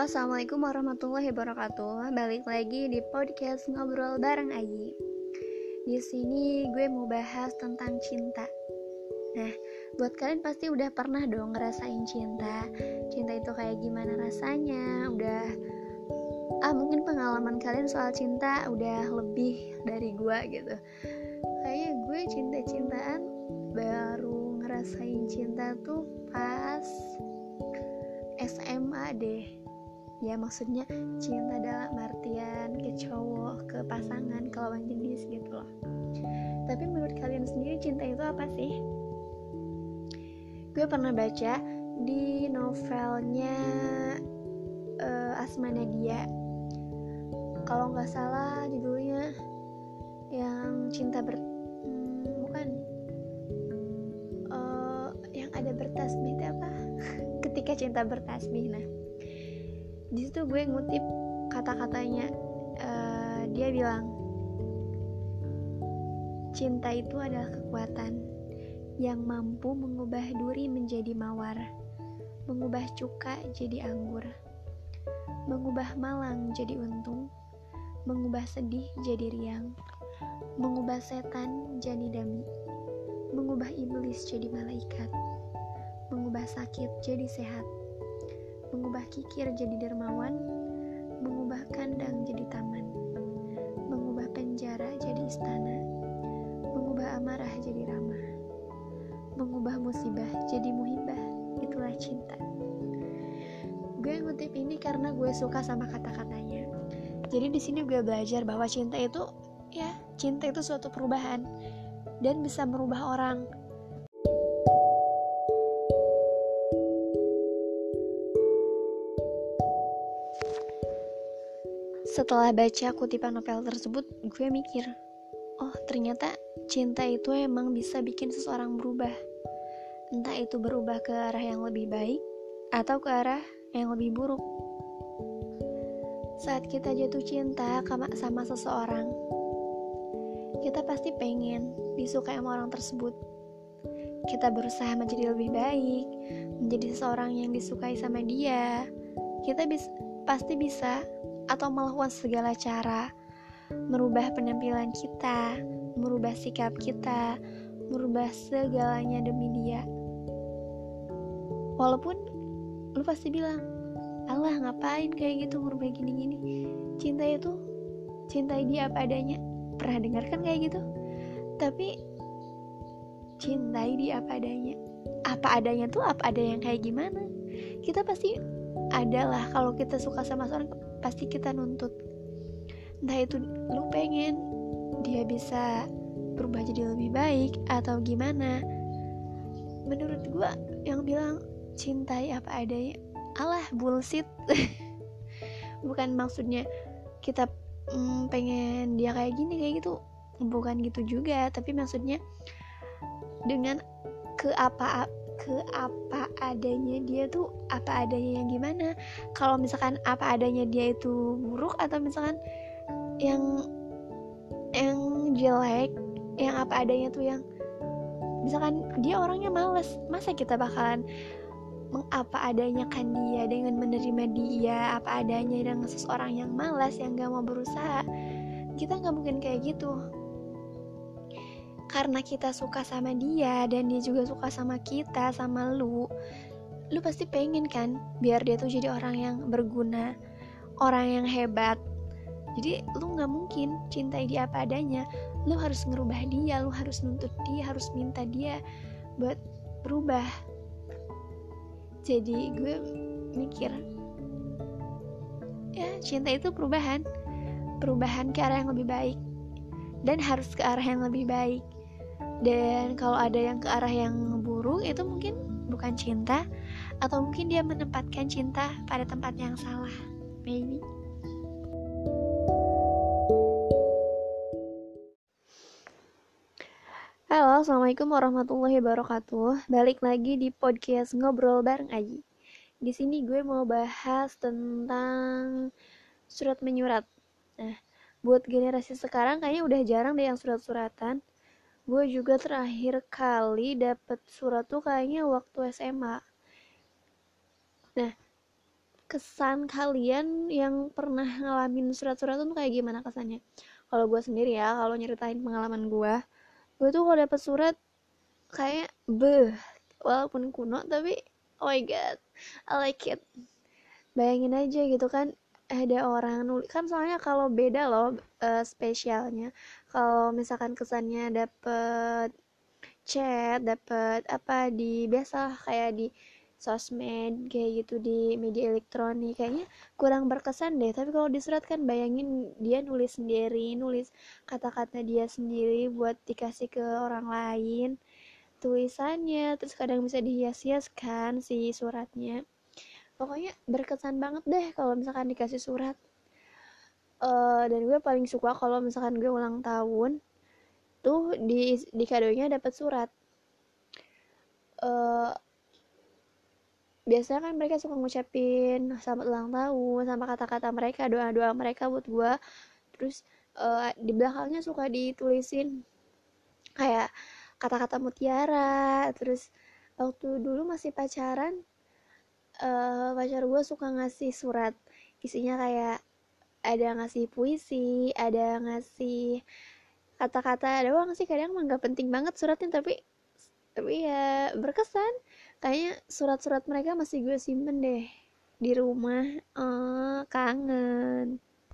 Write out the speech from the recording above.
Assalamualaikum warahmatullahi wabarakatuh. Balik lagi di podcast ngobrol bareng Ayi. Di sini gue mau bahas tentang cinta. Nah, buat kalian pasti udah pernah dong ngerasain cinta. Cinta itu kayak gimana rasanya? Mungkin pengalaman kalian soal cinta udah lebih dari gue gitu. Kayaknya gue cinta-cintaan baru ngerasain cinta tuh pas SMA deh. Ya maksudnya cinta dalam artian ke cowok, ke pasangan, ke lawan jenis gitu loh. Tapi menurut kalian sendiri cinta itu apa sih? Gue pernah baca di novelnya Asma Nadia. Kalau nggak salah judulnya yang cinta yang ada bertasbih apa? Ketika cinta bertasbih. Nah, di situ gue ngutip kata-katanya. Dia bilang, cinta itu adalah kekuatan yang mampu mengubah duri menjadi mawar, mengubah cuka jadi anggur, mengubah malang jadi untung, mengubah sedih jadi riang, mengubah setan jadi dami, mengubah iblis jadi malaikat, mengubah sakit jadi sehat, mengubah kikir jadi dermawan, mengubah kandang jadi taman, mengubah penjara jadi istana, mengubah amarah jadi ramah, mengubah musibah jadi muhibah. Itulah cinta. Gue ngutip ini karena gue suka sama kata-katanya. Jadi di sini gue belajar bahwa cinta itu suatu perubahan dan bisa merubah orang. Setelah baca kutipan novel tersebut, gue mikir, oh ternyata cinta itu emang bisa bikin seseorang berubah. Entah itu berubah ke arah yang lebih baik atau ke arah yang lebih buruk. Saat kita jatuh cinta sama seseorang, kita pasti pengen disukai sama orang tersebut. Kita berusaha menjadi lebih baik, menjadi seseorang yang disukai sama dia. Kita pasti bisa atau melakukan segala cara merubah penampilan kita, merubah sikap kita, merubah segalanya demi dia. Walaupun lu pasti bilang, alah ngapain kayak gitu merubah gini-gini. Cintai dia apa adanya. Pernah dengar kan kayak gitu? Tapi cintai dia apa adanya. Apa adanya tuh apa ada yang kayak gimana? Kita pasti adalah kalau kita suka sama seorang pasti kita nuntut. Entah itu lu pengen dia bisa berubah jadi lebih baik atau gimana. Menurut gue yang bilang cintai apa adanya, alah bullshit. Bukan maksudnya kita pengen dia kayak gini kayak gitu, bukan gitu juga. Tapi maksudnya dengan ke apa adanya dia tuh apa adanya yang gimana. Kalau misalkan apa adanya dia itu buruk atau misalkan yang jelek, yang apa adanya tuh yang misalkan dia orangnya malas, masa kita bakalan mengapa adanya kan dia dengan menerima dia apa adanya dengan seseorang yang malas, yang gak mau berusaha. Kita gak mungkin kayak gitu. Karena kita suka sama dia dan dia juga suka sama kita, sama lu pasti pengen kan biar dia tuh jadi orang yang berguna, orang yang hebat. Jadi lu gak mungkin cintai dia apa adanya. Lu harus ngerubah dia, lu harus nuntut dia, harus minta dia buat berubah. Jadi gue mikir, ya cinta itu perubahan ke arah yang lebih baik, dan harus ke arah yang lebih baik. Dan kalau ada yang ke arah yang buruk, itu mungkin bukan cinta, atau mungkin dia menempatkan cinta pada tempat yang salah, maybe. Halo, assalamualaikum warahmatullahi wabarakatuh. Balik lagi di podcast ngobrol bareng Aji. Di sini gue mau bahas tentang surat menyurat. Nah, buat generasi sekarang kayaknya udah jarang deh yang surat-suratan. Gue juga terakhir kali dapet surat tuh kayaknya waktu SMA. Nah, kesan kalian yang pernah ngalamin surat-surat tuh kayak gimana kesannya? Kalau gue sendiri ya, kalau nyeritain pengalaman gue tuh kalau dapet surat kayak walaupun kuno tapi oh my god, I like it. Bayangin aja gitu kan, ada orang nulis kan, soalnya kalau beda loh spesialnya. Kalau misalkan kesannya dapet chat, dapet apa di biasa kayak di sosmed kayak gitu, di media elektronik, kayaknya kurang berkesan deh. Tapi kalau di surat kan, bayangin dia nulis sendiri, nulis kata-kata dia sendiri buat dikasih ke orang lain tulisannya, terus kadang bisa dihias-hiaskan si suratnya. Pokoknya berkesan banget deh kalau misalkan dikasih surat. Dan gue paling suka kalau misalkan gue ulang tahun tuh di kadonya dapat surat. uh, Biasanya kan mereka suka ngucapin selamat ulang tahun sama kata-kata mereka, doa-doa mereka buat gue. Terus di belakangnya suka ditulisin kayak kata-kata mutiara. Terus waktu dulu masih pacaran, pacar gue suka ngasih surat, isinya kayak ada ngasih puisi, ada ngasih kata-kata doang sih, kadang mah nggak penting banget suratnya, tapi ya berkesan. Kayaknya surat-surat mereka masih gue simpen deh di rumah. Kangen.